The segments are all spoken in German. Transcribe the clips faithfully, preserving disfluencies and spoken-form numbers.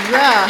Ja.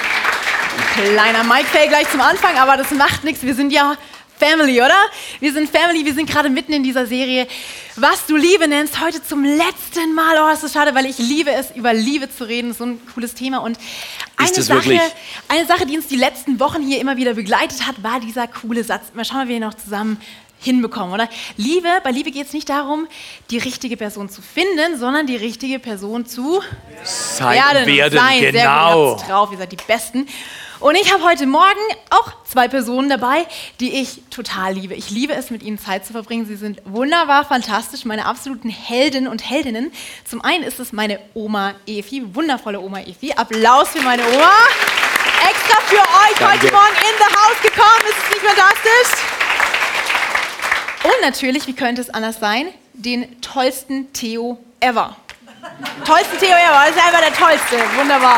Kleiner Mic-Fail gleich zum Anfang, aber das macht nichts. Wir sind ja Family, oder? Wir sind Family, wir sind gerade mitten in dieser Serie, was du Liebe nennst, heute zum letzten Mal. Oh, ist so schade, weil ich liebe es, über Liebe zu reden. So ein cooles Thema. Und eine Sache, eine Sache, die uns die letzten Wochen hier immer wieder begleitet hat, war dieser coole Satz. Mal schauen, ob wir ihn noch zusammen hinbekommen, oder? Liebe, bei Liebe geht es nicht darum, die richtige Person zu finden, sondern die richtige Person zu sein, werden. werden sein. Genau. Sehr gut, ihr habt's drauf, ihr seid die Besten. Und ich habe heute Morgen auch zwei Personen dabei, die ich total liebe. Ich liebe es, mit ihnen Zeit zu verbringen. Sie sind wunderbar, fantastisch, meine absoluten Helden und Heldinnen. Zum einen ist es meine Oma Efi, wundervolle Oma Efi. Applaus für meine Oma. Extra für euch Danke. Heute Morgen in the House gekommen. Ist es nicht fantastisch? Und natürlich, wie könnte es anders sein, den tollsten Theo ever. Tollsten Theo ever, das ist einfach der tollste. Wunderbar.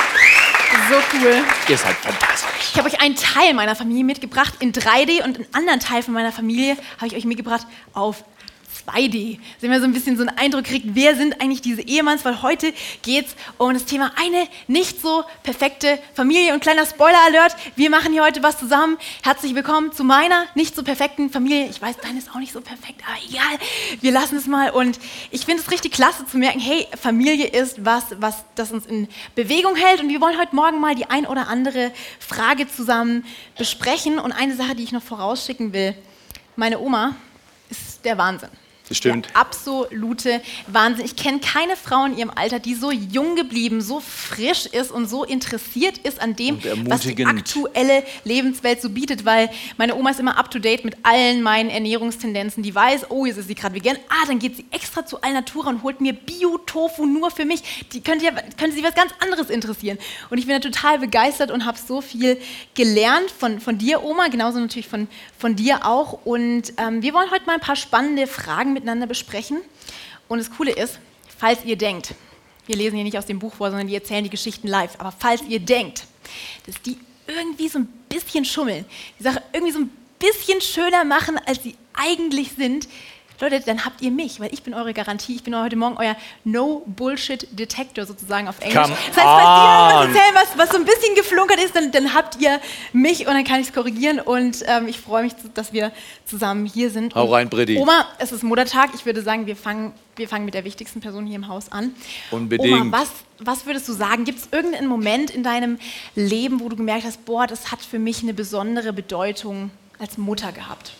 So cool. Ihr seid fantastisch. Ich habe euch einen Teil meiner Familie mitgebracht in drei D und einen anderen Teil von meiner Familie habe ich euch mitgebracht auf zwei D. Dass ihr so ein bisschen so einen Eindruck kriegt, wer sind eigentlich diese Ehemanns, weil heute geht es um das Thema eine nicht so perfekte Familie. Und kleiner Spoiler-Alert, wir machen hier heute was zusammen. Herzlich willkommen zu meiner nicht so perfekten Familie. Ich weiß, deine ist auch nicht so perfekt, aber egal, wir lassen es mal. Und ich finde es richtig klasse zu merken, hey, Familie ist was, was das uns in Bewegung hält. Und wir wollen heute Morgen mal die ein oder andere Frage zusammen besprechen. Und eine Sache, die ich noch vorausschicken will, meine Oma ist der Wahnsinn. Das stimmt. Der absolute Wahnsinn. Ich kenne keine Frau in ihrem Alter, die so jung geblieben, so frisch ist und so interessiert ist an dem, was die aktuelle Lebenswelt so bietet, weil meine Oma ist immer up to date mit allen meinen Ernährungstendenzen. Die weiß, oh, jetzt ist sie gerade vegan. Ah, dann geht sie extra zu Alnatura und holt mir Bio-Tofu nur für mich. Die könnte, ja, könnte sie was ganz anderes interessieren. Und ich bin da total begeistert und habe so viel gelernt von, von dir, Oma, genauso natürlich von, von dir auch. Und ähm, wir wollen heute mal ein paar spannende Fragen miteinander besprechen. Und das Coole ist, falls ihr denkt, wir lesen hier nicht aus dem Buch vor, sondern die erzählen die Geschichten live, aber falls ihr denkt, dass die irgendwie so ein bisschen schummeln, die Sache irgendwie so ein bisschen schöner machen, als sie eigentlich sind, Leute, dann habt ihr mich, weil ich bin eure Garantie. Ich bin heute Morgen euer No-Bullshit-Detector sozusagen auf Englisch. Come das heißt, falls ihr was erzählen, was, was so ein bisschen geflunkert ist, dann, dann habt ihr mich und dann kann ich es korrigieren. Und ähm, ich freue mich, dass wir zusammen hier sind. Hau rein, Britti. Oma, es ist Muttertag. Ich würde sagen, wir fangen, wir fangen mit der wichtigsten Person hier im Haus an. Unbedingt. Oma, was, was würdest du sagen? Gibt es irgendeinen Moment in deinem Leben, wo du gemerkt hast, boah, das hat für mich eine besondere Bedeutung als Mutter gehabt?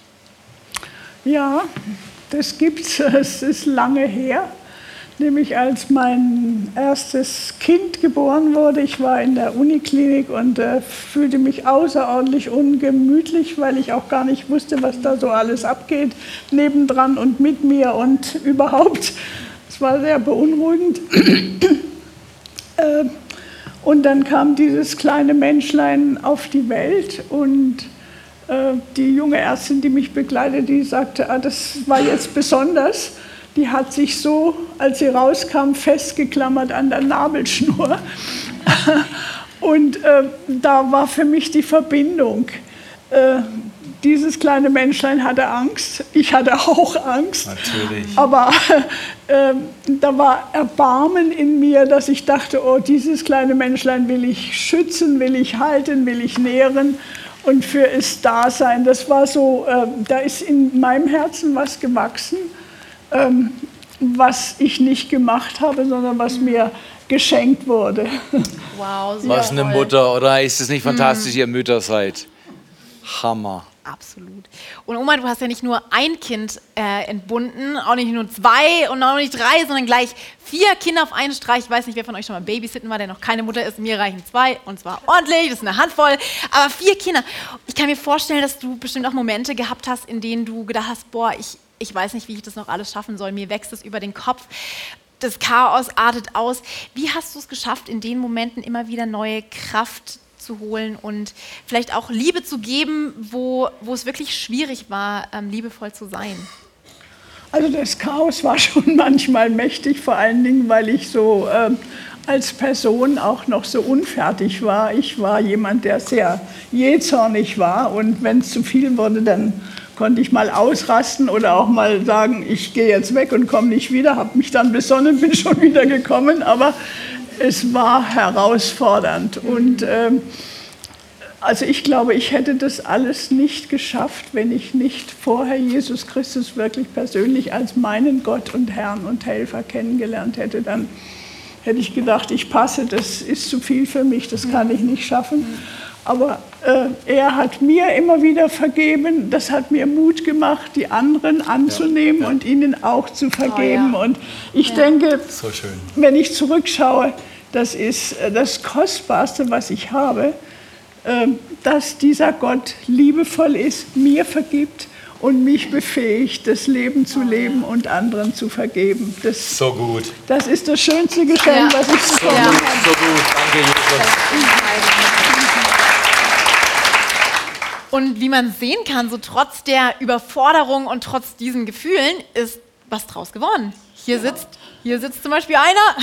Ja, das gibt's. Es ist lange her, nämlich als mein erstes Kind geboren wurde. Ich war in der Uniklinik und äh, fühlte mich außerordentlich ungemütlich, weil ich auch gar nicht wusste, was da so alles abgeht, nebendran und mit mir und überhaupt. Es war sehr beunruhigend. äh, und dann kam dieses kleine Menschlein auf die Welt und die junge Ärztin, die mich begleitet, die sagte, ah, das war jetzt besonders. Die hat sich so, als sie rauskam, festgeklammert an der Nabelschnur. Und äh, da war für mich die Verbindung. Äh, dieses kleine Menschlein hatte Angst. Ich hatte auch Angst. Natürlich. Aber äh, da war Erbarmen in mir, dass ich dachte, oh, dieses kleine Menschlein will ich schützen, will ich halten, will ich nähren. Und für es Dasein, das war so, äh, da ist in meinem Herzen was gewachsen, ähm, was ich nicht gemacht habe, sondern was mir geschenkt wurde. Wow, so Was eine toll. Mutter, oder? Ist es nicht fantastisch, ihr Mütter seid? Hammer. Absolut. Und Oma, du hast ja nicht nur ein Kind äh, entbunden, auch nicht nur zwei und auch nicht drei, sondern gleich vier Kinder auf einen Streich. Ich weiß nicht, wer von euch schon mal Babysitten war, der noch keine Mutter ist. Mir reichen zwei und zwar ordentlich, das ist eine Handvoll. Aber vier Kinder. Ich kann mir vorstellen, dass du bestimmt auch Momente gehabt hast, in denen du gedacht hast, boah, ich, ich weiß nicht, wie ich das noch alles schaffen soll. Mir wächst es über den Kopf. Das Chaos artet aus. Wie hast du es geschafft, in den Momenten immer wieder neue Kraft zu holen und vielleicht auch Liebe zu geben, wo, wo es wirklich schwierig war, ähm, liebevoll zu sein? Also das Chaos war schon manchmal mächtig, vor allen Dingen, weil ich so äh, als Person auch noch so unfertig war. Ich war jemand, der sehr jähzornig war und wenn es zu viel wurde, dann konnte ich mal ausrasten oder auch mal sagen, ich gehe jetzt weg und komme nicht wieder, habe mich dann besonnen, bin schon wieder gekommen, aber es war herausfordernd. Und ähm, also ich glaube, ich hätte das alles nicht geschafft, wenn ich nicht vorher Jesus Christus wirklich persönlich als meinen Gott und Herrn und Helfer kennengelernt hätte. Dann hätte ich gedacht, ich passe, das ist zu viel für mich, das kann ich nicht schaffen. Aber äh, er hat mir immer wieder vergeben, das hat mir Mut gemacht, die anderen anzunehmen ja, ja. und ihnen auch zu vergeben. Oh, ja. Und ich ja. denke, so schön. Wenn ich zurückschaue, das ist das Kostbarste, was ich habe, äh, dass dieser Gott liebevoll ist, mir vergibt und mich befähigt, das Leben zu leben und anderen zu vergeben. Das, so gut. Das ist das schönste Geschenk, ja. was ich bekommen so habe. So gut, danke Jesus. Und wie man sehen kann, so trotz der Überforderung und trotz diesen Gefühlen ist was draus geworden. Hier sitzt, hier sitzt zum Beispiel einer.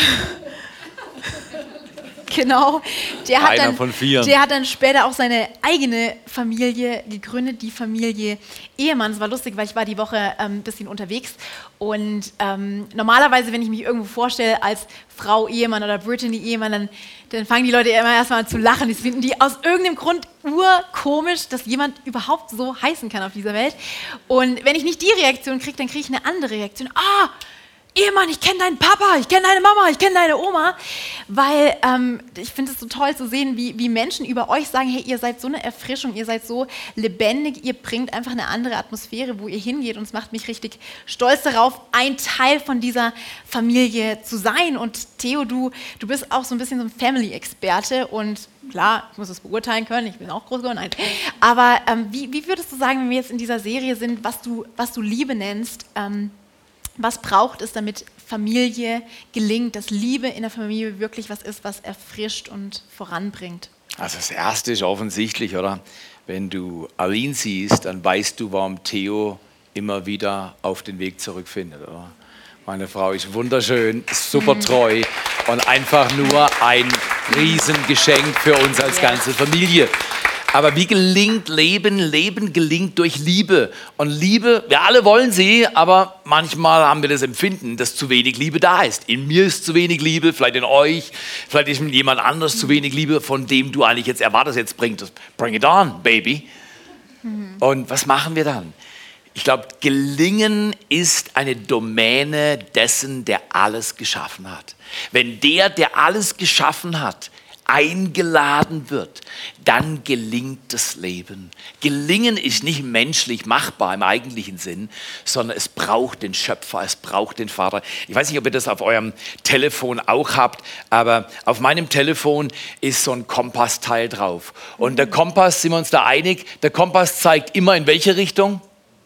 Genau, der hat, dann, der hat dann später auch seine eigene Familie gegründet, die Familie Ehemann. Es war lustig, weil ich war die Woche ein ähm, bisschen unterwegs und ähm, normalerweise, wenn ich mich irgendwo vorstelle als Frau Ehemann oder Brittany Ehemann, dann, dann fangen die Leute immer erstmal an zu lachen. Das finden die aus irgendeinem Grund urkomisch, dass jemand überhaupt so heißen kann auf dieser Welt. Und wenn ich nicht die Reaktion kriege, dann kriege ich eine andere Reaktion. Ah! Ehemann, ich kenne deinen Papa, ich kenne deine Mama, ich kenne deine Oma, weil ähm, ich finde es so toll zu sehen, wie, wie Menschen über euch sagen, hey, ihr seid so eine Erfrischung, ihr seid so lebendig, ihr bringt einfach eine andere Atmosphäre, wo ihr hingeht und es macht mich richtig stolz darauf, ein Teil von dieser Familie zu sein. Und Theo, du, du bist auch so ein bisschen so ein Family-Experte und klar, ich muss es beurteilen können, ich bin auch groß geworden, nein. Aber ähm, wie, wie würdest du sagen, wenn wir jetzt in dieser Serie sind, was du, was du Liebe nennst, ähm, was braucht es, damit Familie gelingt, dass Liebe in der Familie wirklich was ist, was erfrischt und voranbringt? Also das Erste ist offensichtlich, oder? Wenn du Aline siehst, dann weißt du, warum Theo immer wieder auf den Weg zurückfindet, oder? Meine Frau ist wunderschön, super treu und einfach nur ein Riesengeschenk für uns als ganze Familie. Aber wie gelingt Leben? Leben gelingt durch Liebe. Und Liebe, wir alle wollen sie, aber manchmal haben wir das Empfinden, dass zu wenig Liebe da ist. In mir ist zu wenig Liebe, vielleicht in euch, vielleicht ist in jemand anders zu wenig Liebe, von dem du eigentlich jetzt erwartest, jetzt bring, das, bring it on, baby. Mhm. Und was machen wir dann? Ich glaube, Gelingen ist eine Domäne dessen, der alles geschaffen hat. Wenn der, der alles geschaffen hat, eingeladen wird, dann gelingt das Leben. Gelingen ist nicht menschlich machbar im eigentlichen Sinn, sondern es braucht den Schöpfer, es braucht den Vater. Ich weiß nicht, ob ihr das auf eurem Telefon auch habt, aber auf meinem Telefon ist so ein Kompassteil drauf. Und der Kompass, sind wir uns da einig, der Kompass zeigt immer in welche Richtung?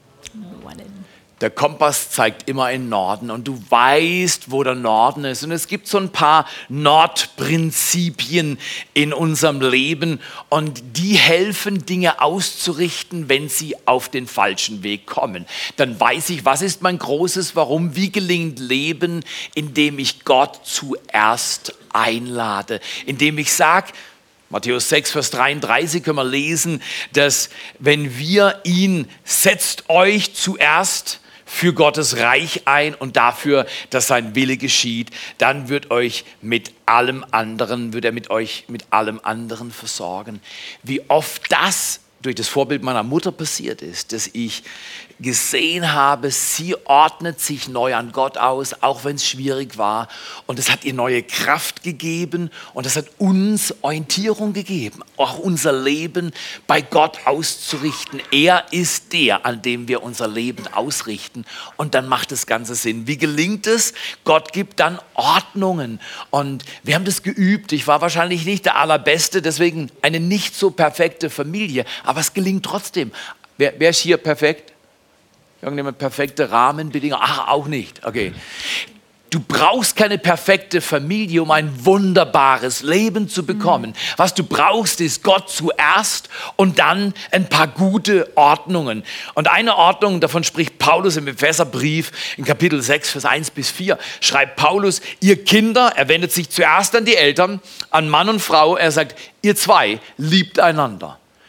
Der Kompass zeigt immer in Norden und du weißt, wo der Norden ist. Und es gibt so ein paar Nordprinzipien in unserem Leben und die helfen, Dinge auszurichten, wenn sie auf den falschen Weg kommen. Dann weiß ich, was ist mein großes Warum? Wie gelingt Leben, indem ich Gott zuerst einlade, indem ich sage, Matthäus sechs, Vers dreiunddreißig können wir lesen, dass wenn wir ihn, setzt euch zuerst für Gottes Reich ein und dafür, dass sein Wille geschieht, dann wird euch mit allem anderen, wird er mit euch mit allem anderen versorgen. Wie oft das durch das Vorbild meiner Mutter passiert ist, dass ich gesehen habe, sie ordnet sich neu an Gott aus, auch wenn es schwierig war. Und es hat ihr neue Kraft gegeben und es hat uns Orientierung gegeben, auch unser Leben bei Gott auszurichten. Er ist der, an dem wir unser Leben ausrichten und dann macht das Ganze Sinn. Wie gelingt es? Gott gibt dann Ordnungen und wir haben das geübt. Ich war wahrscheinlich nicht der Allerbeste, deswegen eine nicht so perfekte Familie, aber es gelingt trotzdem. Wer, wer ist hier perfekt? Irgendjemand perfekte Rahmenbedingungen? Ach, auch nicht. Okay. Du brauchst keine perfekte Familie, um ein wunderbares Leben zu bekommen. Mhm. Was du brauchst, ist Gott zuerst und dann ein paar gute Ordnungen. Und eine Ordnung, davon spricht Paulus im Epheserbrief in Kapitel sechs, Vers eins bis vier, schreibt Paulus, ihr Kinder, er wendet sich zuerst an die Eltern, an Mann und Frau, er sagt, ihr zwei liebt einander.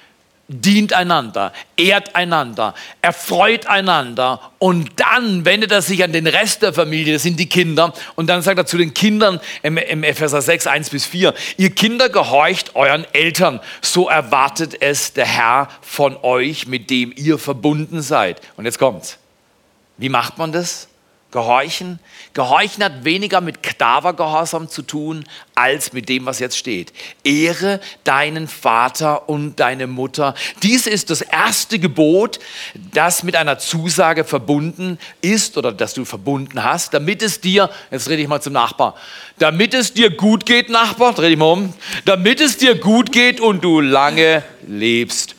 dient einander, ehrt einander, erfreut einander und dann wendet er sich an den Rest der Familie, das sind die Kinder, und dann sagt er zu den Kindern im, im Epheser sechs, eins bis vier, ihr Kinder gehorcht euren Eltern, so erwartet es der Herr von euch, mit dem ihr verbunden seid. Und jetzt kommt's. Wie macht man das? Gehorchen. Gehorchen hat weniger mit Kadavergehorsam zu tun, als mit dem, was jetzt steht. Ehre deinen Vater und deine Mutter. Dies ist das erste Gebot, das mit einer Zusage verbunden ist oder das du verbunden hast, damit es dir, jetzt rede ich mal zum Nachbar, damit es dir gut geht, Nachbar, dreh dich mal um, damit es dir gut geht und du lange lebst.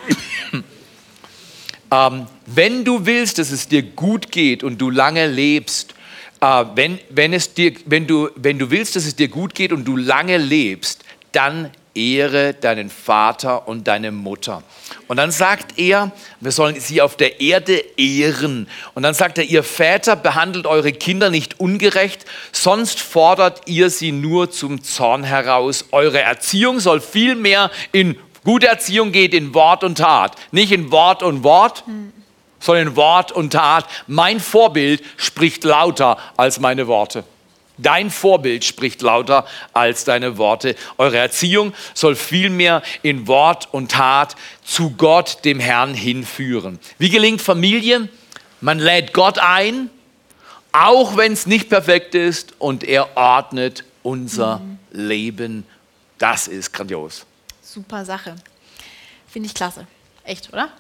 Ähm, wenn du willst, dass es dir gut geht und du lange lebst, äh, wenn, wenn, es dir, wenn, du, wenn du willst, dass es dir gut geht und du lange lebst, dann ehre deinen Vater und deine Mutter. Und dann sagt er, wir sollen sie auf der Erde ehren. Und dann sagt er, ihr Väter behandelt eure Kinder nicht ungerecht, sonst fordert ihr sie nur zum Zorn heraus. Eure Erziehung soll vielmehr in Gute Erziehung geht in Wort und Tat. Nicht in Wort und Wort, hm. sondern in Wort und Tat. Mein Vorbild spricht lauter als meine Worte. Dein Vorbild spricht lauter als deine Worte. Eure Erziehung soll vielmehr in Wort und Tat zu Gott, dem Herrn, hinführen. Wie gelingt Familie? Man lädt Gott ein, auch wenn es nicht perfekt ist, und er ordnet unser hm. Leben. Das ist grandios. Super Sache. Finde ich klasse. Echt, oder?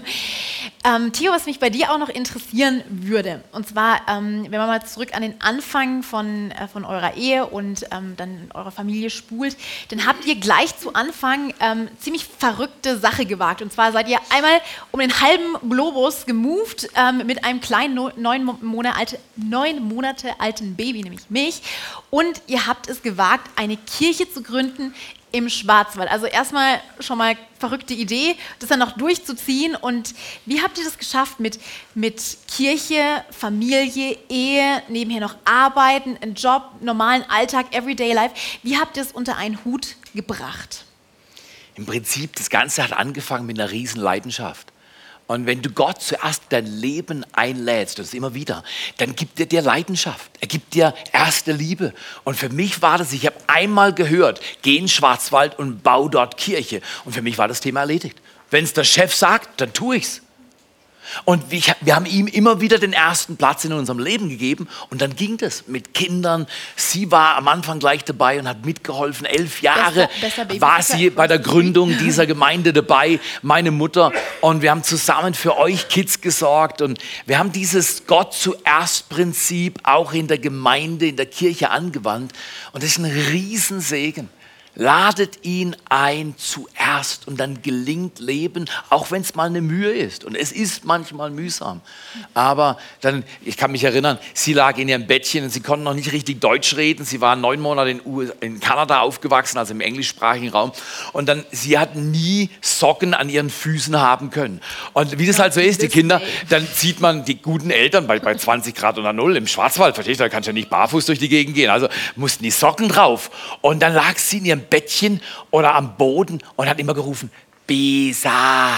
ähm, Theo, was mich bei dir auch noch interessieren würde, und zwar, ähm, wenn man mal zurück an den Anfang von, äh, von eurer Ehe und ähm, dann eurer Familie spult, dann habt ihr gleich zu Anfang ähm, ziemlich verrückte Sache gewagt. Und zwar seid ihr einmal um den halben Globus gemoved ähm, mit einem kleinen, no, neun, Monate alte, neun Monate alten Baby, nämlich mich. Und ihr habt es gewagt, eine Kirche zu gründen im Schwarzwald. Also erstmal schon mal verrückte Idee, das dann noch durchzuziehen. Und wie habt ihr das geschafft mit, mit Kirche, Familie, Ehe, nebenher noch Arbeiten, einen Job, normalen Alltag, Everyday Life? Wie habt ihr es unter einen Hut gebracht? Im Prinzip, das Ganze hat angefangen mit einer riesen Leidenschaft. Und wenn du Gott zuerst dein Leben einlädst, das ist immer wieder, dann gibt er dir Leidenschaft. Er gibt dir erste Liebe. Und für mich war das, ich habe einmal gehört, geh in den Schwarzwald und bau dort Kirche. Und für mich war das Thema erledigt. Wenn es der Chef sagt, dann tue ich's. Und wir haben ihm immer wieder den ersten Platz in unserem Leben gegeben. Und dann ging das mit Kindern. Sie war am Anfang gleich dabei und hat mitgeholfen. Elf Jahre besser, besser war sie bei der Gründung dieser Gemeinde dabei, meine Mutter. Und wir haben zusammen für euch Kids gesorgt. Und wir haben dieses Gott zuerst Prinzip auch in der Gemeinde, in der Kirche angewandt. Und das ist ein Riesensegen. Ladet ihn ein zuerst und dann gelingt Leben, auch wenn es mal eine Mühe ist. Und es ist manchmal mühsam. Aber dann, ich kann mich erinnern, sie lag in ihrem Bettchen und sie konnte noch nicht richtig Deutsch reden. Sie war neun Monate in, U- in Kanada aufgewachsen, also im englischsprachigen Raum. Und dann, sie hat nie Socken an ihren Füßen haben können. Und wie das halt so ist, die Kinder, dann sieht man die guten Eltern bei, bei zwanzig Grad unter Null im Schwarzwald, verstehst du, da kannst du ja nicht barfuß durch die Gegend gehen. Also mussten die Socken drauf. Und dann lag sie in ihrem Bettchen oder am Boden und hat immer gerufen, Besa,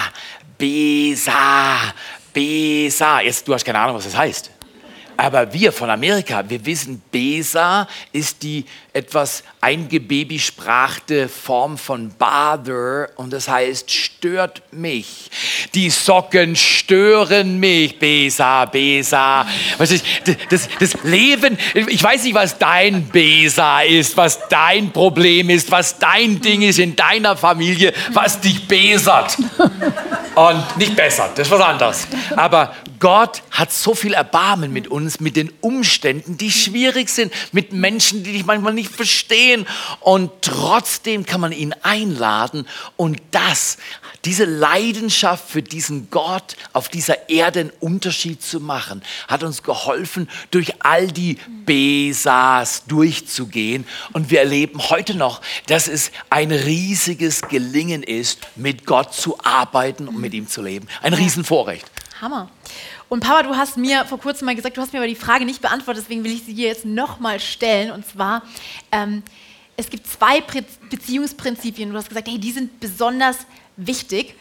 Besa, Besa. Jetzt, du hast keine Ahnung, was das heißt. Aber wir von Amerika, wir wissen, Besa ist die etwas eingebabystrachte Form von bother und das heißt, stört mich. Die Socken stören mich, Besa, Besa. Was ist, das, das Leben, ich weiß nicht, was dein Besa ist, was dein Problem ist, was dein Ding ist in deiner Familie, was dich besert. Und nicht bessert, das ist was anderes. Aber Gott hat so viel Erbarmen mit uns, mit den Umständen, die schwierig sind, mit Menschen, die dich manchmal nicht verstehen. Und trotzdem kann man ihn einladen. Und das, diese Leidenschaft für diesen Gott auf dieser Erde einen Unterschied zu machen, hat uns geholfen, durch all die Besas durchzugehen. Und wir erleben heute noch, dass es ein riesiges Gelingen ist, mit Gott zu arbeiten und mit ihm zu leben. Ein Riesenvorrecht. Hammer. Und Papa, du hast mir vor kurzem mal gesagt, du hast mir aber die Frage nicht beantwortet, deswegen will ich sie dir jetzt nochmal stellen. Und zwar, ähm, es gibt zwei Prä- Beziehungsprinzipien. Du hast gesagt, hey, die sind besonders wichtig.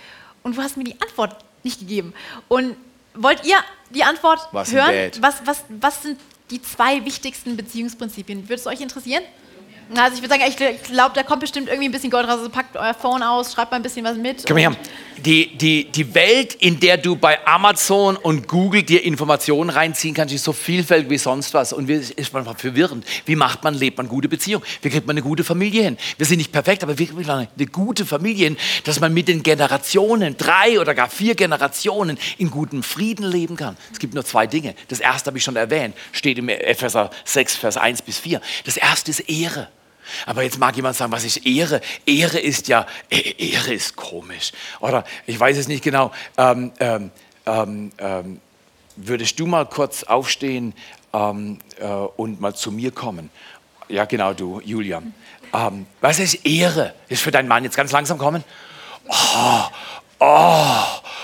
und du hast mir die Antwort nicht gegeben. Und wollt ihr die Antwort was hören? Was, was, was sind die zwei wichtigsten Beziehungsprinzipien? Würde es euch interessieren? Also ich würde sagen, ich, ich glaube, da kommt bestimmt irgendwie ein bisschen Gold raus. Also packt euer Phone aus, schreibt mal ein bisschen was mit. Komm her. Die, die, die Welt, in der du bei Amazon und Google dir Informationen reinziehen kannst, ist so vielfältig wie sonst was. Und es ist manchmal verwirrend. Wie macht man, lebt man gute Beziehung? Wie kriegt man eine gute Familie hin? Wir sind nicht perfekt, aber wie kriegt man eine gute Familie hin, dass man mit den Generationen, drei oder gar vier Generationen, in gutem Frieden leben kann? Es gibt nur zwei Dinge. Das erste habe ich schon erwähnt, steht im Epheser sechs, Vers eins bis vier. Das erste ist Ehre. Aber jetzt mag jemand sagen, was ist Ehre? Ehre ist ja, Ehre ist komisch. Oder ich weiß es nicht genau. Ähm, ähm, ähm, ähm, würdest du mal kurz aufstehen ähm, äh, und mal zu mir kommen? Ja, genau, du, Julia. Ähm, was ist Ehre? Ist für deinen Mann jetzt ganz langsam kommen? Oh, oh,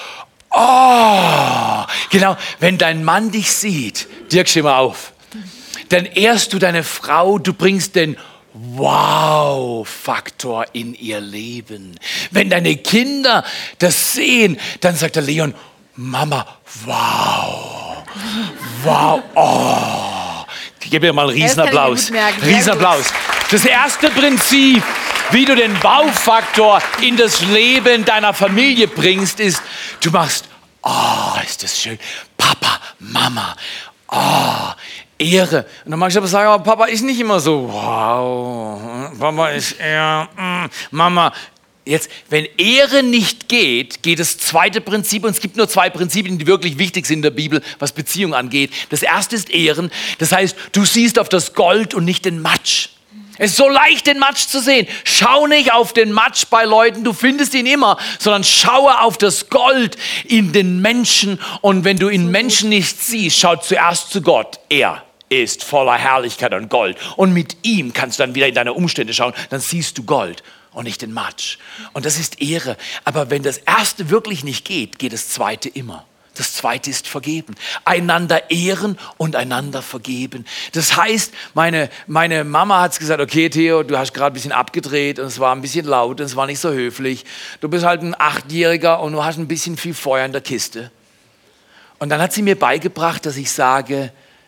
oh. Genau, wenn dein Mann dich sieht, Dirk, steh mal auf, dann ehrst du deine Frau, du bringst den Wow-Faktor in ihr Leben. Wenn deine Kinder das sehen, dann sagt der Leon, Mama, wow, wow, oh. Ich gebe dir mal einen Riesenapplaus. Riesenapplaus. Das erste Prinzip, wie du den Wow-Faktor in das Leben deiner Familie bringst, ist, du machst, oh, ist das schön, Papa, Mama, oh, Ehre. Und dann mag ich aber sagen, aber Papa ist nicht immer so, wow, Papa ist eher, mm, Mama. Jetzt, wenn Ehre nicht geht, geht das zweite Prinzip, und es gibt nur zwei Prinzipien, die wirklich wichtig sind in der Bibel, was Beziehung angeht. Das erste ist Ehren, das heißt, du siehst auf das Gold und nicht den Matsch. Es ist so leicht, den Matsch zu sehen. Schau nicht auf den Matsch bei Leuten, du findest ihn immer, sondern schaue auf das Gold in den Menschen. Und wenn du in Menschen nichts siehst, schau zuerst zu Gott. Er ist voller Herrlichkeit und Gold. Und mit ihm kannst du dann wieder in deine Umstände schauen. Dann siehst du Gold und nicht den Matsch. Und das ist Ehre. Aber wenn das erste wirklich nicht geht, geht das zweite immer. Das zweite ist vergeben. Einander ehren und einander vergeben. Das heißt, meine, meine Mama hat gesagt, okay Theo, du hast gerade ein bisschen abgedreht und es war ein bisschen laut und es war nicht so höflich. Du bist halt ein Achtjähriger und du hast ein bisschen viel Feuer in der Kiste. Und dann hat sie mir beigebracht, dass ich sage,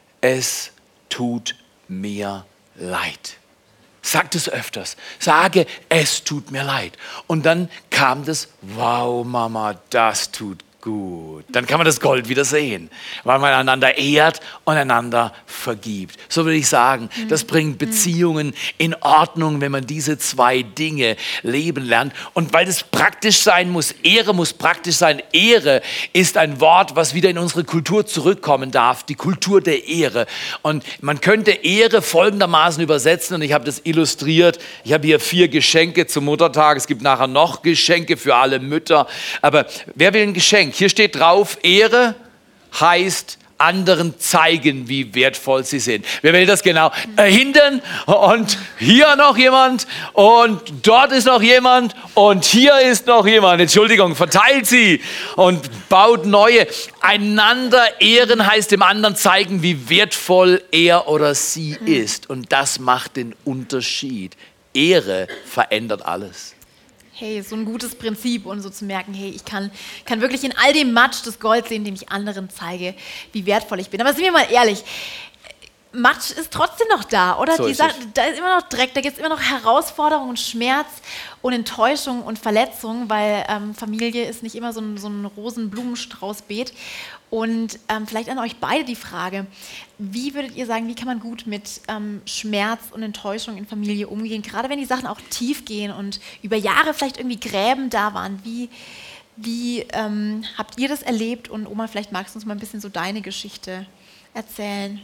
es tut mir leid. Sag das öfters. Sage, es tut mir leid. Und dann kam das, wow Mama, das tut gut. Dann kann man das Gold wieder sehen, weil man einander ehrt und einander vergibt. So würde ich sagen, das bringt Beziehungen in Ordnung, wenn man diese zwei Dinge leben lernt. Und weil das praktisch sein muss, Ehre muss praktisch sein. Ehre ist ein Wort, was wieder in unsere Kultur zurückkommen darf, die Kultur der Ehre. Und man könnte Ehre folgendermaßen übersetzen, und ich habe das illustriert. Ich habe hier vier Geschenke zum Muttertag. Es gibt nachher noch Geschenke für alle Mütter. Aber wer will ein Geschenk? Hier steht drauf, Ehre heißt anderen zeigen, wie wertvoll sie sind. Wer will das genau? Äh, hinten und hier noch jemand und dort ist noch jemand und hier ist noch jemand. Entschuldigung, verteilt sie und baut neue. Einander ehren heißt dem anderen zeigen, wie wertvoll er oder sie ist. Und das macht den Unterschied. Ehre verändert alles. Hey, so ein gutes Prinzip und so zu merken, hey, ich kann, kann wirklich in all dem Matsch das Gold sehen, dem ich anderen zeige, wie wertvoll ich bin. Aber sind wir mal ehrlich, Matsch ist trotzdem noch da, oder? So Die ist Sache, da ist immer noch Dreck, da gibt es immer noch Herausforderungen und Schmerz und Enttäuschung und Verletzung, weil ähm, Familie ist nicht immer so ein, so ein Rosenblumenstraußbeet. Und ähm, vielleicht an euch beide die Frage, wie würdet ihr sagen, wie kann man gut mit ähm, Schmerz und Enttäuschung in Familie umgehen, gerade wenn die Sachen auch tief gehen und über Jahre vielleicht irgendwie Gräben da waren. Wie, wie ähm, habt ihr das erlebt? Und Oma, vielleicht magst du uns mal ein bisschen so deine Geschichte erzählen.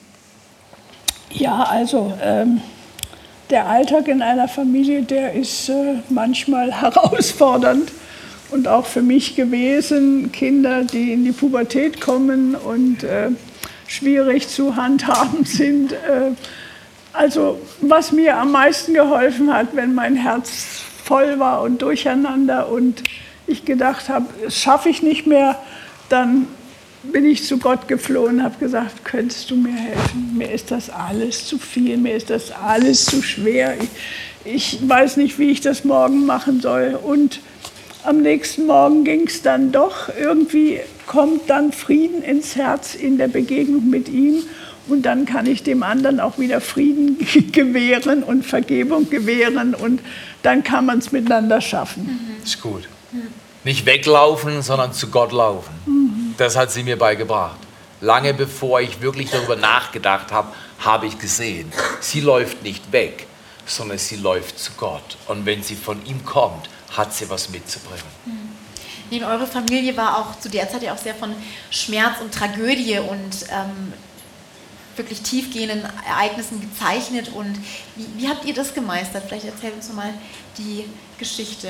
Ja, also ähm, der Alltag in einer Familie, der ist äh, manchmal herausfordernd. Und auch für mich gewesen, Kinder, die in die Pubertät kommen und äh, schwierig zu handhaben sind. Äh, also was mir am meisten geholfen hat, wenn mein Herz voll war und durcheinander und ich gedacht habe, das schaffe ich nicht mehr, dann bin ich zu Gott geflohen und habe gesagt, könntest du mir helfen? Mir ist das alles zu viel, mir ist das alles zu schwer. Ich, ich weiß nicht, wie ich das morgen machen soll. Und am nächsten Morgen ging es dann doch. Irgendwie kommt dann Frieden ins Herz in der Begegnung mit ihm. Und dann kann ich dem anderen auch wieder Frieden gewähren und Vergebung gewähren. Und dann kann man es miteinander schaffen. Mhm. Ist gut. Mhm. Nicht weglaufen, sondern zu Gott laufen. Mhm. Das hat sie mir beigebracht. Lange bevor ich wirklich darüber nachgedacht habe, habe ich gesehen, sie läuft nicht weg, sondern sie läuft zu Gott. Und wenn sie von ihm kommt, hat sie was mitzubringen. Mhm. Eure Familie war auch zu der Zeit ja auch sehr von Schmerz und Tragödie und ähm, wirklich tiefgehenden Ereignissen gezeichnet. Und wie, wie habt ihr das gemeistert? Vielleicht erzählt uns mal die Geschichte.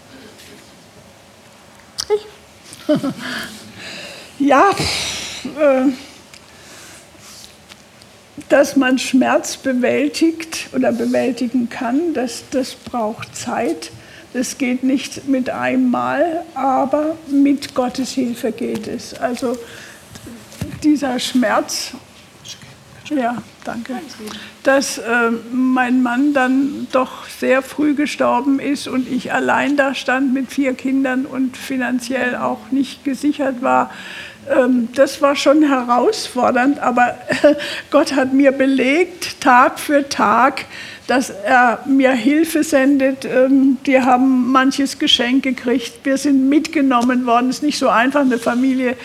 Ja, äh, dass man Schmerz bewältigt oder bewältigen kann, das, das braucht Zeit. Das geht nicht mit einem Mal, aber mit Gottes Hilfe geht es. Also dieser Schmerz, ja, danke, dass äh, mein Mann dann doch sehr früh gestorben ist und ich allein da stand mit vier Kindern und finanziell auch nicht gesichert war. Ähm, das war schon herausfordernd, aber äh, Gott hat mir belegt, Tag für Tag, dass er mir Hilfe sendet. Ähm, die haben manches Geschenk gekriegt. Wir sind mitgenommen worden. Es ist nicht so einfach, eine Familie,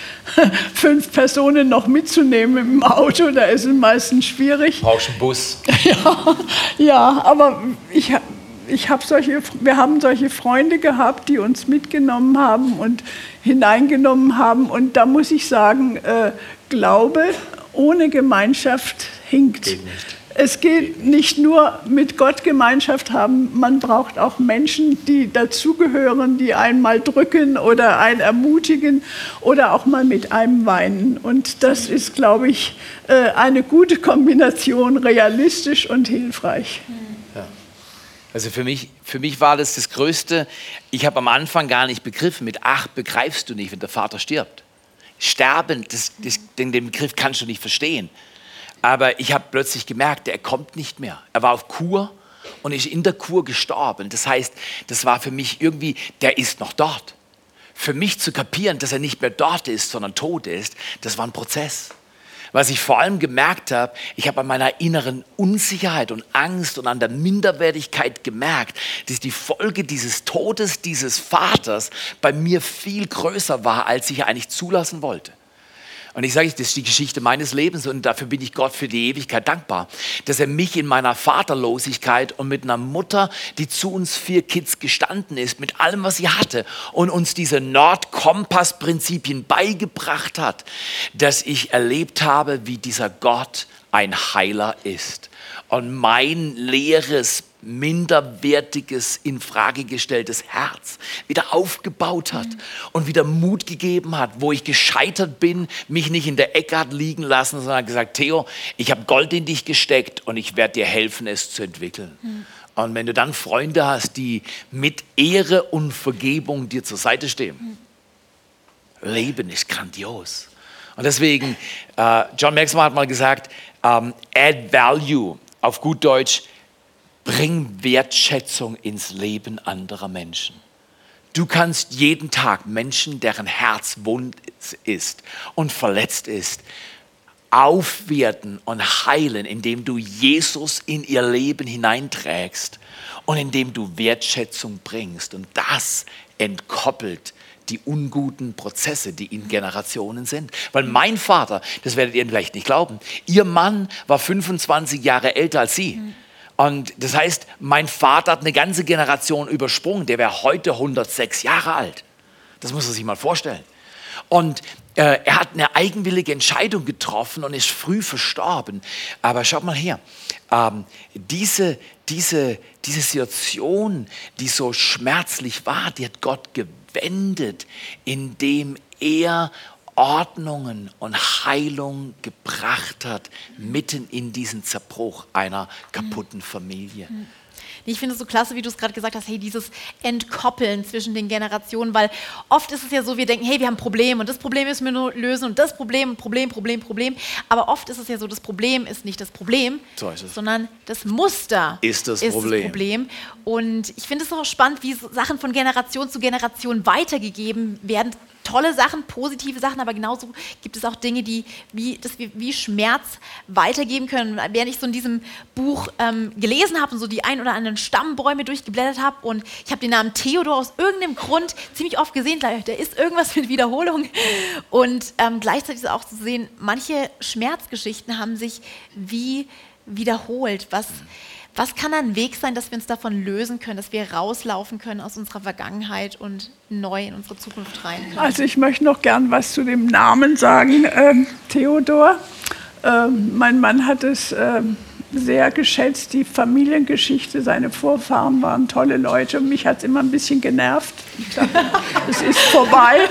fünf Personen noch mitzunehmen im Auto. Da ist es meistens schwierig. Brauchst einen Bus. Ja, ja, aber ich, ich hab solche, wir haben solche Freunde gehabt, die uns mitgenommen haben und hineingenommen haben. Und da muss ich sagen, äh, Glaube ohne Gemeinschaft hinkt. Geht nicht. Es geht nicht nur mit Gott Gemeinschaft haben, man braucht auch Menschen, die dazugehören, die einen mal drücken oder einen ermutigen oder auch mal mit einem weinen. Und das ist, glaube ich, eine gute Kombination, realistisch und hilfreich. Ja. Also für mich, für mich war das das Größte. Ich habe am Anfang gar nicht begriffen, mit acht begreifst du nicht, wenn der Vater stirbt. Sterben, das, das, den, den Begriff kannst du nicht verstehen. Aber ich habe plötzlich gemerkt, er kommt nicht mehr. Er war auf Kur und ist in der Kur gestorben. Das heißt, das war für mich irgendwie, der ist noch dort. Für mich zu kapieren, dass er nicht mehr dort ist, sondern tot ist, das war ein Prozess. Was ich vor allem gemerkt habe, ich habe an meiner inneren Unsicherheit und Angst und an der Minderwertigkeit gemerkt, dass die Folge dieses Todes dieses Vaters bei mir viel größer war, als ich eigentlich zulassen wollte. Und ich sage, das ist die Geschichte meines Lebens und dafür bin ich Gott für die Ewigkeit dankbar, dass er mich in meiner Vaterlosigkeit und mit einer Mutter, die zu uns vier Kids gestanden ist, mit allem, was sie hatte und uns diese Nord-Kompass-Prinzipien beigebracht hat, dass ich erlebt habe, wie dieser Gott ein Heiler ist. Und mein leeres, minderwertiges, infragegestelltes Herz wieder aufgebaut hat und wieder Mut gegeben hat, wo ich gescheitert bin, mich nicht in der Ecke hat liegen lassen, sondern gesagt, Theo, ich habe Gold in dich gesteckt und ich werde dir helfen, es zu entwickeln. Mhm. Und wenn du dann Freunde hast, die mit Ehre und Vergebung dir zur Seite stehen, mhm. Leben ist grandios. Und deswegen, äh, John Maxwell hat mal gesagt, um, add value, auf gut Deutsch, bring Wertschätzung ins Leben anderer Menschen. Du kannst jeden Tag Menschen, deren Herz wund ist und verletzt ist, aufwerten und heilen, indem du Jesus in ihr Leben hineinträgst und indem du Wertschätzung bringst. Und das entkoppelt die unguten Prozesse, die in Generationen sind. Weil mein Vater, das werdet ihr vielleicht nicht glauben, ihr Mann war fünfundzwanzig Jahre älter als sie. Mhm. Und das heißt, mein Vater hat eine ganze Generation übersprungen. Der wäre heute hundertsechs Jahre alt. Das muss man sich mal vorstellen. Und äh, er hat eine eigenwillige Entscheidung getroffen und ist früh verstorben. Aber schaut mal her, ähm, diese, diese, diese Situation, die so schmerzlich war, die hat Gott gewendet, indem er Ordnungen und Heilung gebracht hat, mitten in diesen Zerbruch einer kaputten Familie. Ich finde es so klasse, wie du es gerade gesagt hast, hey, dieses Entkoppeln zwischen den Generationen, weil oft ist es ja so, wir denken, hey, wir haben ein Problem und das Problem müssen wir nur lösen und das Problem, Problem, Problem, Problem. Aber oft ist es ja so, das Problem ist nicht das Problem, so sondern das Muster ist das, ist Problem. das Problem. Und ich finde es auch spannend, wie Sachen von Generation zu Generation weitergegeben werden. Tolle Sachen, positive Sachen, aber genauso gibt es auch Dinge, die wie, dass wir wie Schmerz weitergeben können. Während ich so in diesem Buch ähm, gelesen habe und so die ein oder anderen Stammbäume durchgeblättert habe und ich habe den Namen Theodor aus irgendeinem Grund ziemlich oft gesehen, da ist irgendwas mit Wiederholung und ähm, gleichzeitig ist auch zu sehen, manche Schmerzgeschichten haben sich wie wiederholt. Was Was kann ein Weg sein, dass wir uns davon lösen können, dass wir rauslaufen können aus unserer Vergangenheit und neu in unsere Zukunft rein können? Also ich möchte noch gern was zu dem Namen sagen, ähm, Theodor. Ähm, mein Mann hat es ähm, sehr geschätzt, die Familiengeschichte, seine Vorfahren waren tolle Leute und mich hat es immer ein bisschen genervt. Ich dachte, es ist vorbei.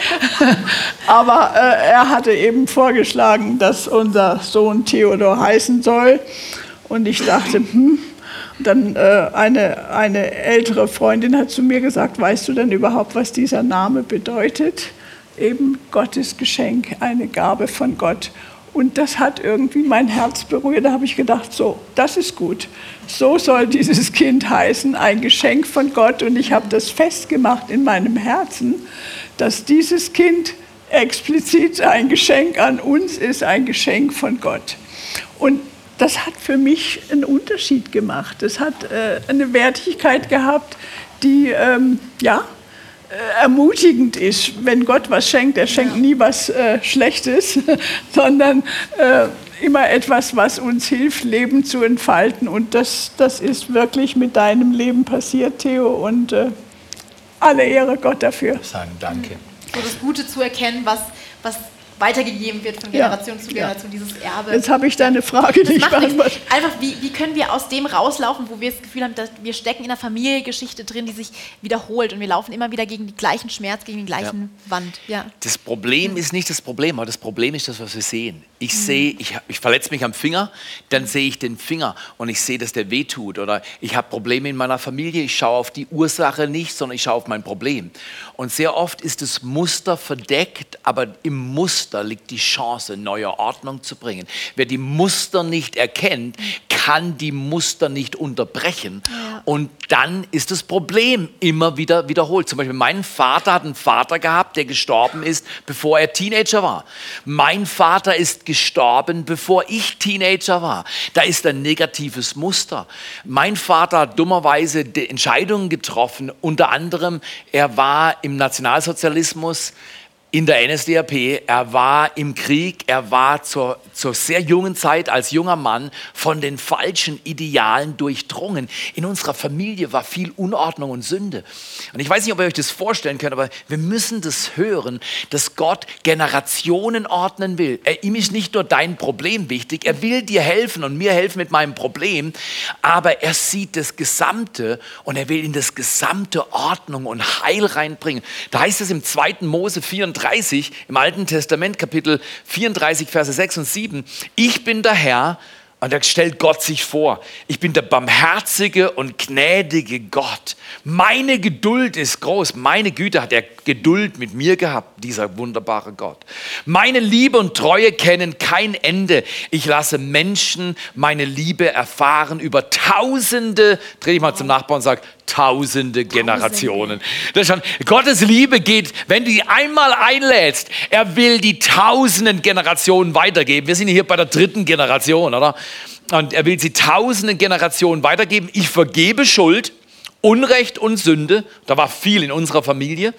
Aber äh, er hatte eben vorgeschlagen, dass unser Sohn Theodor heißen soll. Und ich dachte, hm, dann äh, eine, eine ältere Freundin hat zu mir gesagt, weißt du denn überhaupt, was dieser Name bedeutet? Eben Gottes Geschenk, eine Gabe von Gott. Und das hat irgendwie mein Herz berührt. Da habe ich gedacht, so, das ist gut. So soll dieses Kind heißen, ein Geschenk von Gott. Und ich habe das festgemacht in meinem Herzen, dass dieses Kind explizit ein Geschenk an uns ist, ein Geschenk von Gott. Und das hat für mich einen Unterschied gemacht. Es hat äh, eine Wertigkeit gehabt, die ähm, ja, äh, ermutigend ist. Wenn Gott was schenkt, er schenkt nie was äh, Schlechtes, sondern äh, immer etwas, was uns hilft, Leben zu entfalten. Und das, das ist wirklich mit deinem Leben passiert, Theo. Und äh, alle Ehre Gott dafür. Sagen danke. So das Gute zu erkennen, was... was weitergegeben wird von Generation ja, zu Generation, ja. Dieses Erbe. Jetzt habe ich deine Frage das nicht beantwortet. Einfach, wie, wie können wir aus dem rauslaufen, wo wir das Gefühl haben, dass wir stecken in einer Familiengeschichte drin, die sich wiederholt und wir laufen immer wieder gegen den gleichen Schmerz, gegen die gleichen ja. Wand. Ja. Das Problem ist nicht das Problem, aber das Problem ist das, was wir sehen. Ich mhm. sehe, ich, ich verletze mich am Finger, dann sehe ich den Finger und ich sehe, dass der wehtut. Oder ich habe Probleme in meiner Familie, ich schaue auf die Ursache nicht, sondern ich schaue auf mein Problem. Und sehr oft ist das Muster verdeckt, aber im Muster liegt die Chance, neue Ordnung zu bringen. Wer die Muster nicht erkennt, kann die Muster nicht unterbrechen. Ja. Und dann ist das Problem immer wieder wiederholt. Zum Beispiel mein Vater hat einen Vater gehabt, der gestorben ist, bevor er Teenager war. Mein Vater ist gestorben, bevor ich Teenager war. Da ist ein negatives Muster. Mein Vater hat dummerweise die Entscheidungen getroffen. Unter anderem, er war im Nationalsozialismus, in der N S D A P, er war im Krieg, er war zur, zur sehr jungen Zeit als junger Mann von den falschen Idealen durchdrungen. In unserer Familie war viel Unordnung und Sünde. Und ich weiß nicht, ob ihr euch das vorstellen könnt, aber wir müssen das hören, dass Gott Generationen ordnen will. Er, ihm ist nicht nur dein Problem wichtig, er will dir helfen und mir helfen mit meinem Problem, aber er sieht das Gesamte und er will in das Gesamte Ordnung und Heil reinbringen. Da heißt es im zweiten Mose vierunddreißig, im Alten Testament, Kapitel vierunddreißig, Verse sechs und sieben. Ich bin der Herr, und da stellt Gott sich vor, ich bin der barmherzige und gnädige Gott. Meine Geduld ist groß, meine Güte hat er Geduld mit mir gehabt, dieser wunderbare Gott. Meine Liebe und Treue kennen kein Ende. Ich lasse Menschen meine Liebe erfahren über Tausende, dreh dich mal zum Nachbarn und sag, Tausende Generationen. Das ist schon, Gottes Liebe geht, wenn du die einmal einlädst, er will die tausenden Generationen weitergeben. Wir sind hier bei der dritten Generation, oder? Und er will sie tausenden Generationen weitergeben. Ich vergebe Schuld, Unrecht und Sünde. Da war viel in unserer Familie.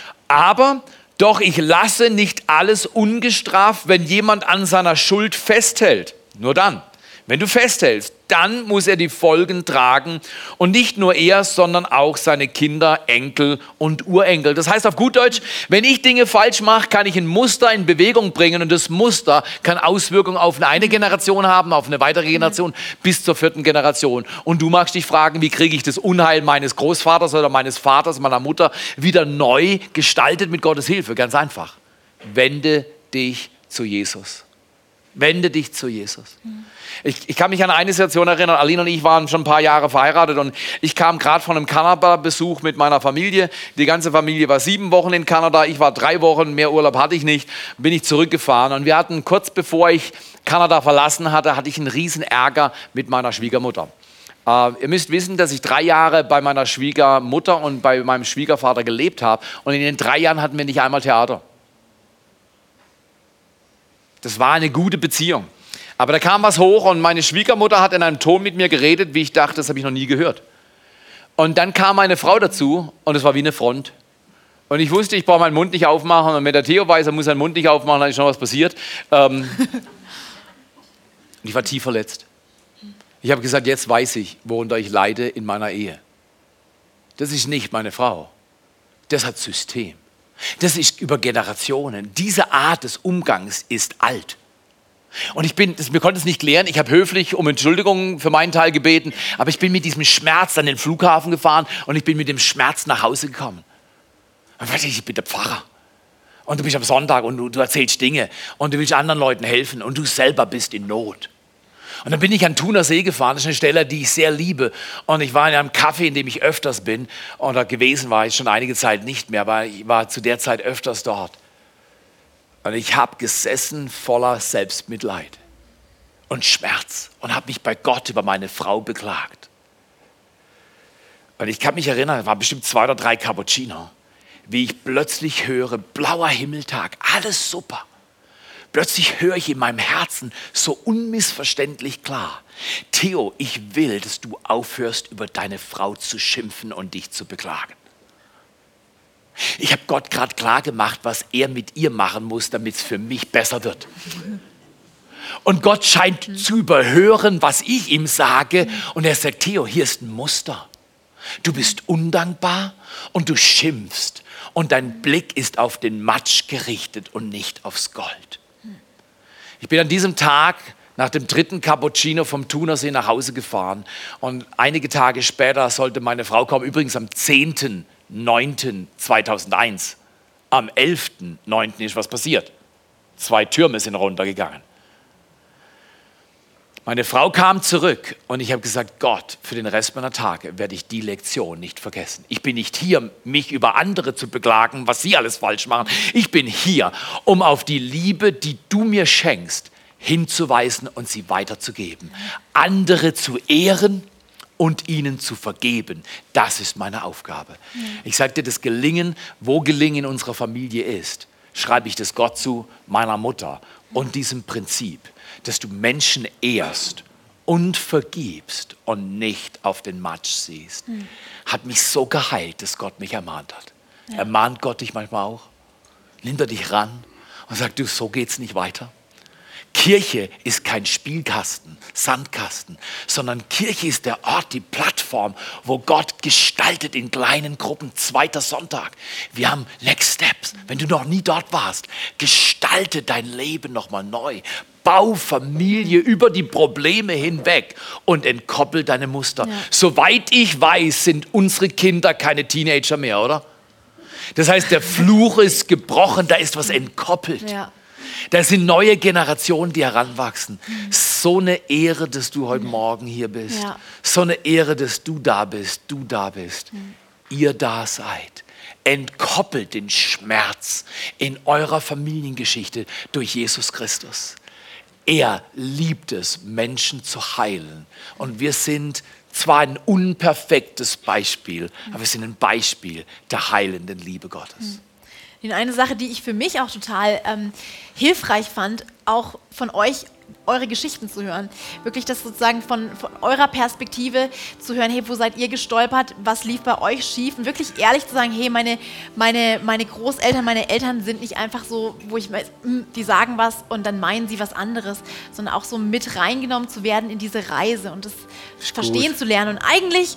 Aber doch ich lasse nicht alles ungestraft, wenn jemand an seiner Schuld festhält. Nur dann. Wenn du festhältst, dann muss er die Folgen tragen und nicht nur er, sondern auch seine Kinder, Enkel und Urenkel. Das heißt auf gut Deutsch, wenn ich Dinge falsch mache, kann ich ein Muster in Bewegung bringen und das Muster kann Auswirkungen auf eine Generation haben, auf eine weitere Generation bis zur vierten Generation. Und du magst dich fragen, wie kriege ich das Unheil meines Großvaters oder meines Vaters, meiner Mutter wieder neu gestaltet mit Gottes Hilfe? Ganz einfach. Wende dich zu Jesus. Wende dich zu Jesus. Mhm. Ich, ich kann mich an eine Situation erinnern, Aline und ich waren schon ein paar Jahre verheiratet und ich kam gerade von einem Kanada-Besuch mit meiner Familie. Die ganze Familie war sieben Wochen in Kanada, ich war drei Wochen, mehr Urlaub hatte ich nicht, bin ich zurückgefahren und wir hatten kurz bevor ich Kanada verlassen hatte, hatte ich einen riesen Ärger mit meiner Schwiegermutter. Uh, ihr müsst wissen, dass ich drei Jahre bei meiner Schwiegermutter und bei meinem Schwiegervater gelebt habe und in den drei Jahren hatten wir nicht einmal Theater. Das war eine gute Beziehung. Aber da kam was hoch und meine Schwiegermutter hat in einem Ton mit mir geredet, wie ich dachte, das habe ich noch nie gehört. Und dann kam meine Frau dazu und es war wie eine Front. Und ich wusste, ich brauche meinen Mund nicht aufmachen und wenn der Theo weiß, er muss seinen Mund nicht aufmachen, dann ist schon was passiert. Ähm und ich war tief verletzt. Ich habe gesagt, jetzt weiß ich, worunter ich leide in meiner Ehe. Das ist nicht meine Frau. Das hat System. Das ist über Generationen. Diese Art des Umgangs ist alt. Und ich bin, das, wir konnten es nicht klären, ich habe höflich um Entschuldigung für meinen Teil gebeten, aber ich bin mit diesem Schmerz an den Flughafen gefahren und ich bin mit dem Schmerz nach Hause gekommen. Und ich, ich bin der Pfarrer. Und du bist am Sonntag und du, du erzählst Dinge und du willst anderen Leuten helfen und du selber bist in Not. Und dann bin ich an Thuner See gefahren, das ist eine Stelle, die ich sehr liebe. Und ich war in einem Café, in dem ich öfters bin. Oder gewesen war ich schon einige Zeit nicht mehr, aber ich war zu der Zeit öfters dort. Und ich habe gesessen voller Selbstmitleid und Schmerz und habe mich bei Gott über meine Frau beklagt. Und ich kann mich erinnern, es waren bestimmt zwei oder drei Cappuccino, wie ich plötzlich höre, blauer Himmeltag, alles super. Plötzlich höre ich in meinem Herzen so unmissverständlich klar, Theo, ich will, dass du aufhörst, über deine Frau zu schimpfen und dich zu beklagen. Ich habe Gott gerade klar gemacht, was er mit ihr machen muss, damit es für mich besser wird. Und Gott scheint zu überhören, was ich ihm sage. Und er sagt, Theo, hier ist ein Muster. Du bist undankbar und du schimpfst. Und dein Blick ist auf den Matsch gerichtet und nicht aufs Gold. Ich bin an diesem Tag nach dem dritten Cappuccino vom Thunersee nach Hause gefahren und einige Tage später sollte meine Frau kommen, übrigens am zehnten neunten zweitausendeins. Am elften neunten ist was passiert. Zwei Türme sind runtergegangen. Meine Frau kam zurück und ich habe gesagt, Gott, für den Rest meiner Tage werde ich die Lektion nicht vergessen. Ich bin nicht hier, mich über andere zu beklagen, was sie alles falsch machen. Ich bin hier, um auf die Liebe, die du mir schenkst, hinzuweisen und sie weiterzugeben. Andere zu ehren und ihnen zu vergeben. Das ist meine Aufgabe. Ja. Ich sage dir, das Gelingen, wo Gelingen in unserer Familie ist, schreibe ich das Gott zu, meiner Mutter und diesem Prinzip, dass du Menschen ehrst und vergibst und nicht auf den Matsch siehst. Hm. Hat mich so geheilt, dass Gott mich ermahnt hat. Ja. Ermahnt Gott dich manchmal auch? Nimmt er dich ran und sagt, du, so geht's nicht weiter? Kirche ist kein Spielkasten, Sandkasten, sondern Kirche ist der Ort, die Plattform, wo Gott gestaltet in kleinen Gruppen. Zweiter Sonntag. Wir haben Next Steps. Wenn du noch nie dort warst, gestalte dein Leben nochmal neu. Bau Familie über die Probleme hinweg und entkoppel deine Muster. Ja. Soweit ich weiß, sind unsere Kinder keine Teenager mehr, oder? Das heißt, der Fluch ist gebrochen, da ist was entkoppelt. Ja. Da sind neue Generationen, die heranwachsen. Mhm. So eine Ehre, dass du heute Morgen hier bist. Ja. So eine Ehre, dass du da bist, du da bist. Mhm. Ihr da seid. Entkoppelt den Schmerz in eurer Familiengeschichte durch Jesus Christus. Er liebt es, Menschen zu heilen. Und wir sind zwar ein unperfektes Beispiel, aber wir sind ein Beispiel der heilenden Liebe Gottes. Mhm. Eine Sache, die ich für mich auch total ähm, hilfreich fand, auch von euch, eure Geschichten zu hören. Wirklich das sozusagen von, von eurer Perspektive zu hören, hey, wo seid ihr gestolpert, was lief bei euch schief? Und wirklich ehrlich zu sagen, hey, meine, meine, meine Großeltern, meine Eltern sind nicht einfach so, wo ich weiß, die sagen was und dann meinen sie was anderes, sondern auch so mit reingenommen zu werden in diese Reise und das verstehen zu lernen. Und eigentlich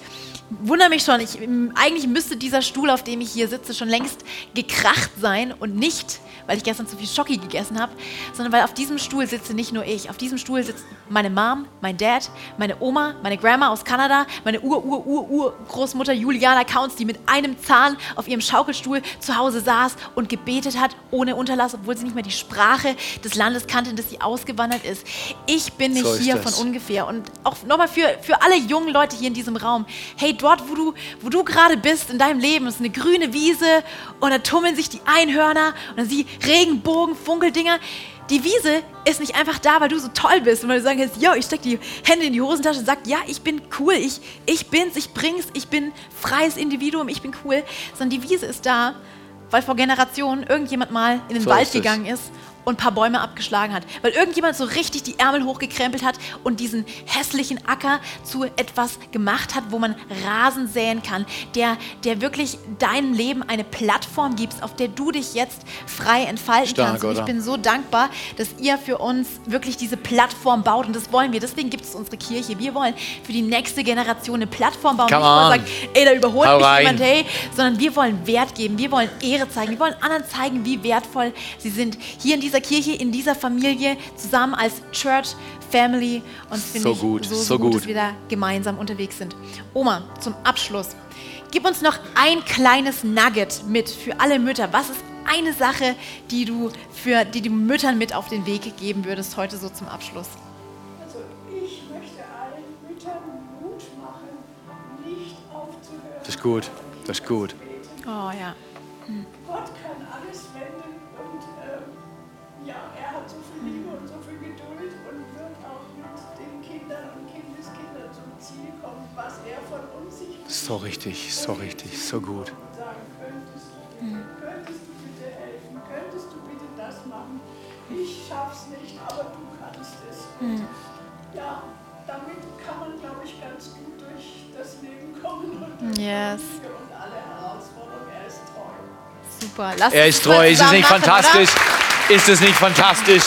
wundere mich schon, ich, eigentlich müsste dieser Stuhl, auf dem ich hier sitze, schon längst gekracht sein und nicht, weil ich gestern zu viel Schoki gegessen habe, sondern weil auf diesem Stuhl sitze nicht nur ich. Auf diesem Stuhl sitzt meine Mom, mein Dad, meine Oma, meine Grandma aus Kanada, meine Ur-Ur-Ur-Ur-Großmutter Juliana Kaunz, die mit einem Zahn auf ihrem Schaukelstuhl zu Hause saß und gebetet hat, ohne Unterlass, obwohl sie nicht mehr die Sprache des Landes kannte, in das sie ausgewandert ist. Ich bin nicht so hier von ungefähr. Und auch nochmal für, für alle jungen Leute hier in diesem Raum, hey, dort, wo du, wo du gerade bist in deinem Leben, ist eine grüne Wiese und da tummeln sich die Einhörner und dann sie Regenbogen, Funkeldinger. Die Wiese ist nicht einfach da, weil du so toll bist und weil du sagen kannst, yo, ich steck die Hände in die Hosentasche und sag, ja, ich bin cool, ich, ich bin's, ich bring's, ich bin freies Individuum, ich bin cool. Sondern die Wiese ist da, weil vor Generationen irgendjemand mal in den so Wald gegangen ist und ein paar Bäume abgeschlagen hat. Weil irgendjemand so richtig die Ärmel hochgekrempelt hat und diesen hässlichen Acker zu etwas gemacht hat, wo man Rasen säen kann, der, der wirklich deinem Leben eine Plattform gibt, auf der du dich jetzt frei entfalten Stark, kannst. Und ich oder? bin so dankbar, dass ihr für uns wirklich diese Plattform baut und das wollen wir. Deswegen gibt es unsere Kirche. Wir wollen für die nächste Generation eine Plattform bauen. Come Nicht nur sagen, ey, da überholt Hau mich rein. jemand, hey, sondern wir wollen Wert geben, wir wollen Ehre zeigen, wir wollen anderen zeigen, wie wertvoll sie sind. Hier in dieser Kirche, in dieser Familie, zusammen als Church Family und finde so ich gut, so, so, so gut, gut, dass wir da gemeinsam unterwegs sind. Oma, zum Abschluss, gib uns noch ein kleines Nugget mit für alle Mütter. Was ist eine Sache, die du für die du Müttern mit auf den Weg geben würdest heute so zum Abschluss? Also ich möchte allen Müttern Mut machen, nicht aufzuhören. Das ist gut, das ist gut. Oh ja. Hm. Gott kann alles wenden und ähm, ja, er hat so viel Liebe und so viel Geduld und wird auch mit den Kindern und Kindeskindern zum Ziel kommen, was er von uns sich wünscht. So richtig, so richtig, so gut. Und sagen, könntest du, mhm. könntest du bitte helfen, könntest du bitte das machen? Ich schaff's nicht, aber du kannst es. Mhm. Ja, damit kann man, glaube ich, ganz gut durch das Leben kommen und durch yes. die Liebe und alle Herausforderungen. Er ist treu. Super. Lass er ist treu. Ist es nicht machen, fantastisch? Oder? Ist es nicht fantastisch?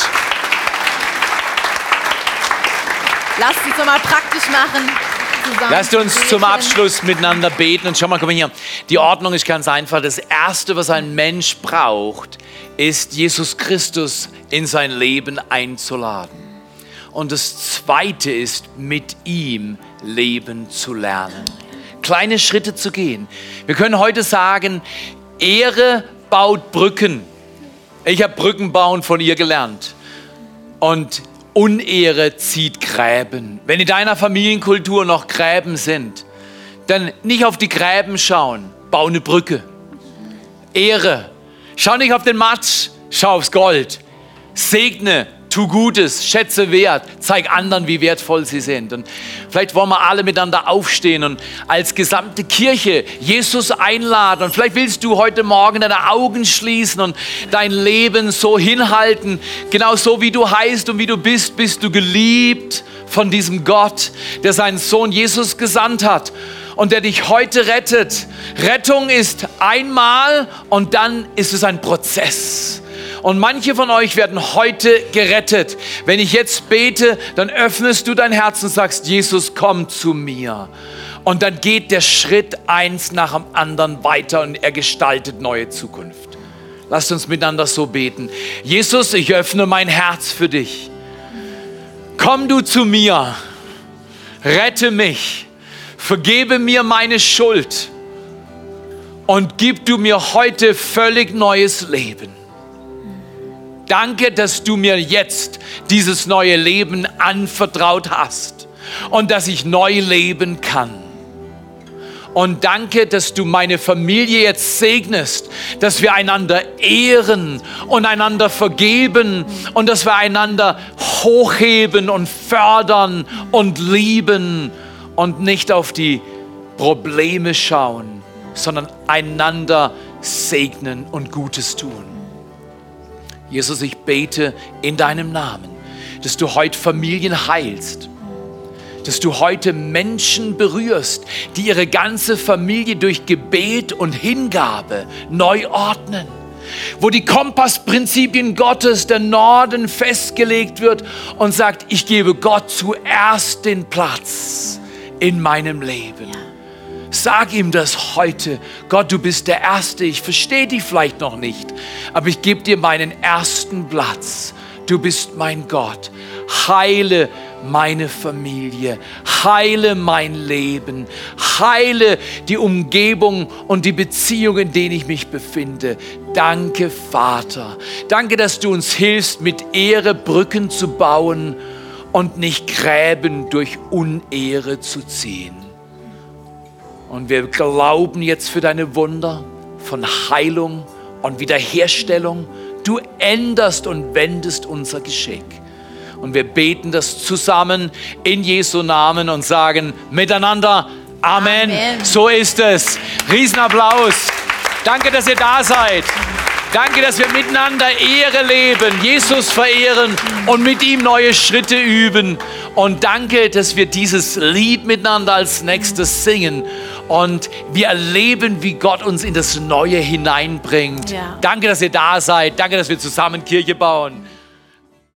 Lasst uns nochmal praktisch machen. Zusammen. Lasst uns zum Abschluss miteinander beten. Und schau mal, komm mal hier. Die Ordnung ist ganz einfach. Das Erste, was ein Mensch braucht, ist, Jesus Christus in sein Leben einzuladen. Und das Zweite ist, mit ihm leben zu lernen. Kleine Schritte zu gehen. Wir können heute sagen, Ehre baut Brücken. Ich habe Brückenbauen von ihr gelernt. Und Unehre zieht Gräben. Wenn in deiner Familienkultur noch Gräben sind, dann nicht auf die Gräben schauen, bau eine Brücke. Ehre. Schau nicht auf den Matsch, schau aufs Gold. Segne. Tu Gutes, schätze Wert, zeig anderen, wie wertvoll sie sind. Und vielleicht wollen wir alle miteinander aufstehen und als gesamte Kirche Jesus einladen. Und vielleicht willst du heute Morgen deine Augen schließen und dein Leben so hinhalten. Genau so, wie du heißt und wie du bist, bist du geliebt von diesem Gott, der seinen Sohn Jesus gesandt hat und der dich heute rettet. Rettung ist einmal und dann ist es ein Prozess. Und manche von euch werden heute gerettet. Wenn ich jetzt bete, dann öffnest du dein Herz und sagst, Jesus, komm zu mir. Und dann geht der Schritt eins nach dem anderen weiter und er gestaltet neue Zukunft. Lasst uns miteinander so beten. Jesus, ich öffne mein Herz für dich. Komm du zu mir. Rette mich. Vergebe mir meine Schuld. Und gib du mir heute völlig neues Leben. Danke, dass du mir jetzt dieses neue Leben anvertraut hast und dass ich neu leben kann. Und danke, dass du meine Familie jetzt segnest, dass wir einander ehren und einander vergeben und dass wir einander hochheben und fördern und lieben und nicht auf die Probleme schauen, sondern einander segnen und Gutes tun. Jesus, ich bete in deinem Namen, dass du heute Familien heilst, dass du heute Menschen berührst, die ihre ganze Familie durch Gebet und Hingabe neu ordnen, wo die Kompassprinzipien Gottes, der Norden festgelegt wird und sagt, ich gebe Gott zuerst den Platz in meinem Leben. Sag ihm das heute. Gott, du bist der Erste. Ich verstehe dich vielleicht noch nicht, aber ich gebe dir meinen ersten Platz. Du bist mein Gott. Heile meine Familie, heile mein Leben, heile die Umgebung und die Beziehung, in denen ich mich befinde. Danke, Vater. Danke, dass du uns hilfst, mit Ehre Brücken zu bauen und nicht Gräben durch Unehre zu ziehen. Und wir glauben jetzt für deine Wunder von Heilung und Wiederherstellung. Du änderst und wendest unser Geschick. Und wir beten das zusammen in Jesu Namen und sagen miteinander Amen. Amen. So ist es. Riesenapplaus. Danke, dass ihr da seid. Danke, dass wir miteinander Ehre leben, Jesus verehren und mit ihm neue Schritte üben. Und danke, dass wir dieses Lied miteinander als nächstes singen. Und wir erleben, wie Gott uns in das Neue hineinbringt. Ja. Danke, dass ihr da seid. Danke, dass wir zusammen Kirche bauen.